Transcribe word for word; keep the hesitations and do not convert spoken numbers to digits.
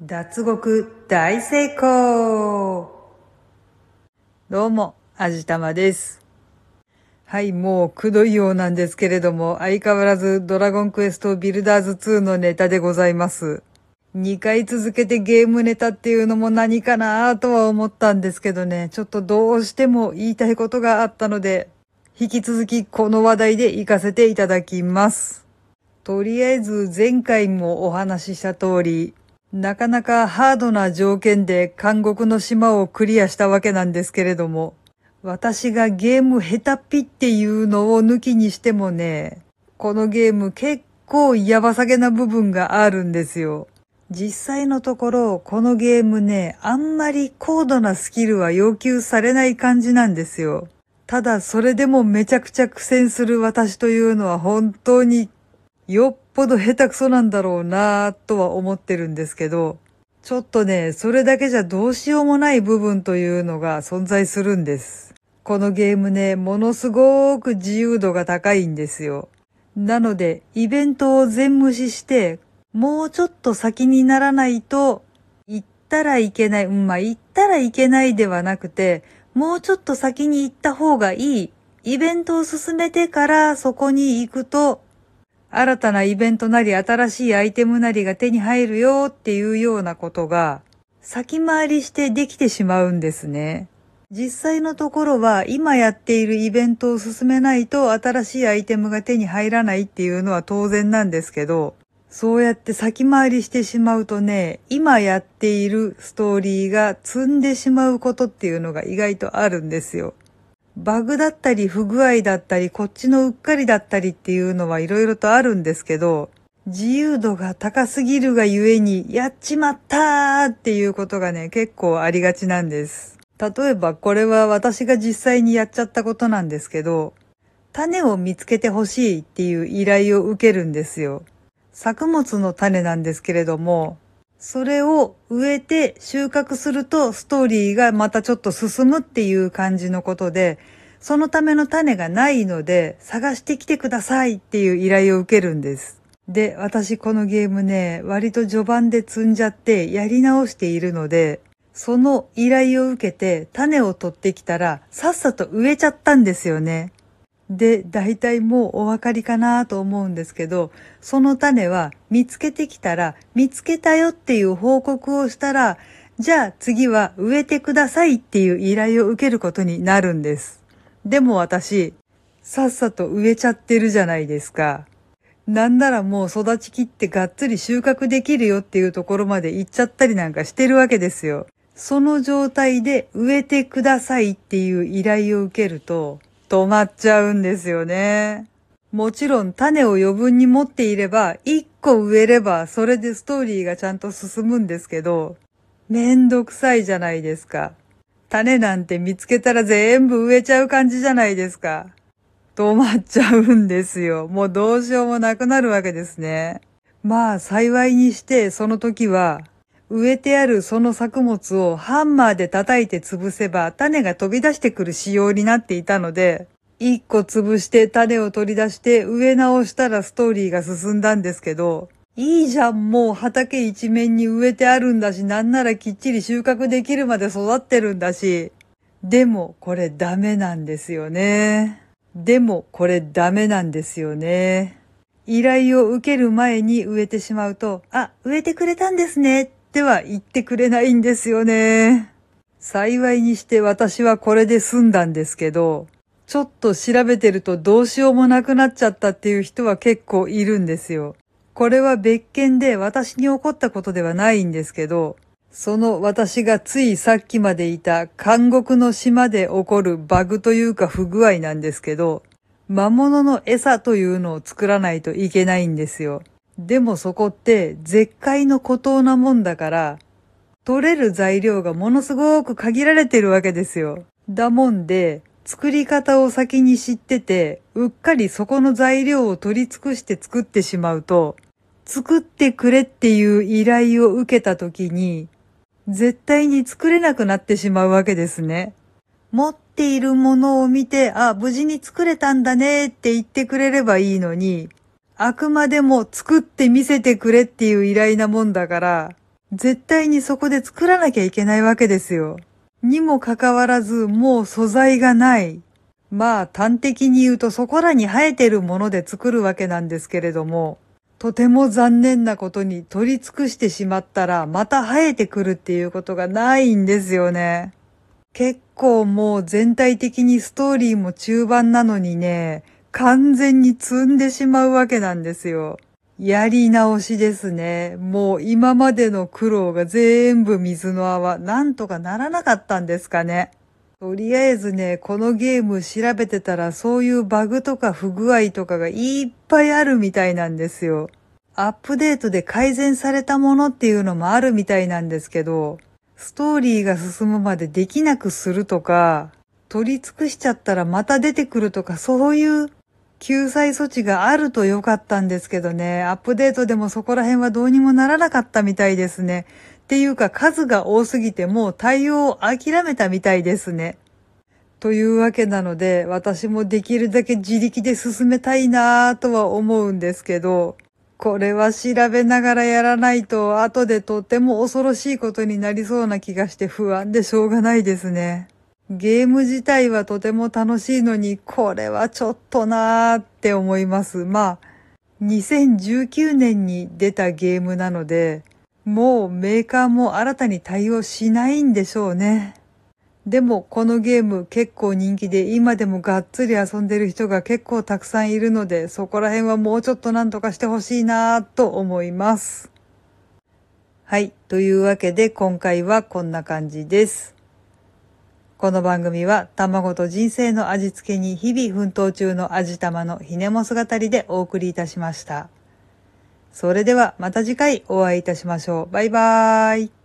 脱獄大成功。どうも、あじたまです。はい、もうくどいようなんですけれども、相変わらずドラゴンクエストビルダーズツーのネタでございます。にかい続けてゲームネタっていうのも何かなとは思ったんですけどね、ちょっとどうしても言いたいことがあったので、引き続きこの話題で行かせていただきます。とりあえず前回もお話しした通り、なかなかハードな条件で監獄の島をクリアしたわけなんですけれども、私がゲーム下手っぴっていうのを抜きにしてもね、このゲーム結構やばさげな部分があるんですよ。実際のところ、このゲームね、あんまり高度なスキルは要求されない感じなんですよ。ただそれでもめちゃくちゃ苦戦する私というのは本当によっぽど下手くそなんだろうなぁとは思ってるんですけど、ちょっとね、それだけじゃどうしようもない部分というのが存在するんです。このゲームね、ものすごく自由度が高いんですよ。なので、イベントを全無視して、もうちょっと先にならないと、行ったらいけない、うん、まあ、行ったらいけないではなくて、もうちょっと先に行った方がいい、イベントを進めてからそこに行くと、新たなイベントなり新しいアイテムなりが手に入るよっていうようなことが先回りしてできてしまうんですね。実際のところは今やっているイベントを進めないと新しいアイテムが手に入らないっていうのは当然なんですけど、そうやって先回りしてしまうとね、今やっているストーリーが積んでしまうことっていうのが意外とあるんですよ。バグだったり不具合だったりこっちのうっかりだったりっていうのはいろいろとあるんですけど、自由度が高すぎるがゆえにやっちまったーっていうことがね、結構ありがちなんです。例えばこれは私が実際にやっちゃったことなんですけど、種を見つけてほしいっていう依頼を受けるんですよ。作物の種なんですけれども、それを植えて収穫するとストーリーがまたちょっと進むっていう感じのことで、そのための種がないので探してきてくださいっていう依頼を受けるんです。で、私このゲームね、割と序盤で積んじゃってやり直しているので、その依頼を受けて種を取ってきたらさっさと植えちゃったんですよね。で、大体もうお分かりかなと思うんですけど、その種は見つけてきたら、見つけたよっていう報告をしたら、じゃあ次は植えてくださいっていう依頼を受けることになるんです。でも私、さっさと植えちゃってるじゃないですか。なんならもう育ちきってがっつり収穫できるよっていうところまで行っちゃったりなんかしてるわけですよ。その状態で植えてくださいっていう依頼を受けると、止まっちゃうんですよね。もちろん種を余分に持っていれば、一個植えればそれでストーリーがちゃんと進むんですけど、めんどくさいじゃないですか。種なんて見つけたら全部植えちゃう感じじゃないですか。止まっちゃうんですよ。もうどうしようもなくなるわけですね。まあ幸いにしてその時は、植えてあるその作物をハンマーで叩いて潰せば種が飛び出してくる仕様になっていたので、一個潰して種を取り出して植え直したらストーリーが進んだんですけど、いいじゃん、もう畑一面に植えてあるんだし、なんならきっちり収穫できるまで育ってるんだし、でもこれダメなんですよね。でもこれダメなんですよね。依頼を受ける前に植えてしまうと、あ、植えてくれたんですねっては言ってくれないんですよね。幸いにして私はこれで済んだんですけど、ちょっと調べてるとどうしようもなくなっちゃったっていう人は結構いるんですよ。これは別件で私に起こったことではないんですけど、その私がついさっきまでいた監獄の島で起こるバグというか不具合なんですけど、魔物の餌というのを作らないといけないんですよ。でもそこって絶海の孤島なもんだから、取れる材料がものすごく限られてるわけですよ。だもんで、作り方を先に知ってて、うっかりそこの材料を取り尽くして作ってしまうと、作ってくれっていう依頼を受けた時に、絶対に作れなくなってしまうわけですね。持っているものを見て、あ、無事に作れたんだねって言ってくれればいいのに、あくまでも作って見せてくれっていう依頼なもんだから、 絶対にそこで作らなきゃいけないわけですよ。にもかかわらず、もう素材がない。まあ端的に言うとそこらに生えてるもので作るわけなんですけれども、とても残念なことに取り尽くしてしまったらまた生えてくるっていうことがないんですよね。結構もう全体的にストーリーも中盤なのにね、完全に積んでしまうわけなんですよ。やり直しですね。もう今までの苦労が全部水の泡、なんとかならなかったんですかね。とりあえずね、このゲーム調べてたらそういうバグとか不具合とかがいっぱいあるみたいなんですよ。アップデートで改善されたものっていうのもあるみたいなんですけど、ストーリーが進むまでできなくするとか、取り尽くしちゃったらまた出てくるとか、そういう救済措置があるとよかったんですけどね、アップデートでもそこら辺はどうにもならなかったみたいですね。っていうか数が多すぎてもう対応を諦めたみたいですね。というわけなので、私もできるだけ自力で進めたいなぁとは思うんですけど、これは調べながらやらないと後でとっても恐ろしいことになりそうな気がして不安でしょうがないですね。ゲーム自体はとても楽しいのに、これはちょっとなーって思います。まあ、にせんじゅうきゅうねんに出たゲームなので、もうメーカーも新たに対応しないんでしょうね。でもこのゲーム結構人気で今でもがっつり遊んでる人が結構たくさんいるので、そこら辺はもうちょっとなんとかしてほしいなぁと思います。はい。というわけで今回はこんな感じです。この番組は卵と人生の味付けに日々奮闘中の味玉のひねも姿でお送りいたしました。それではまた次回お会いいたしましょう。バイバーイ。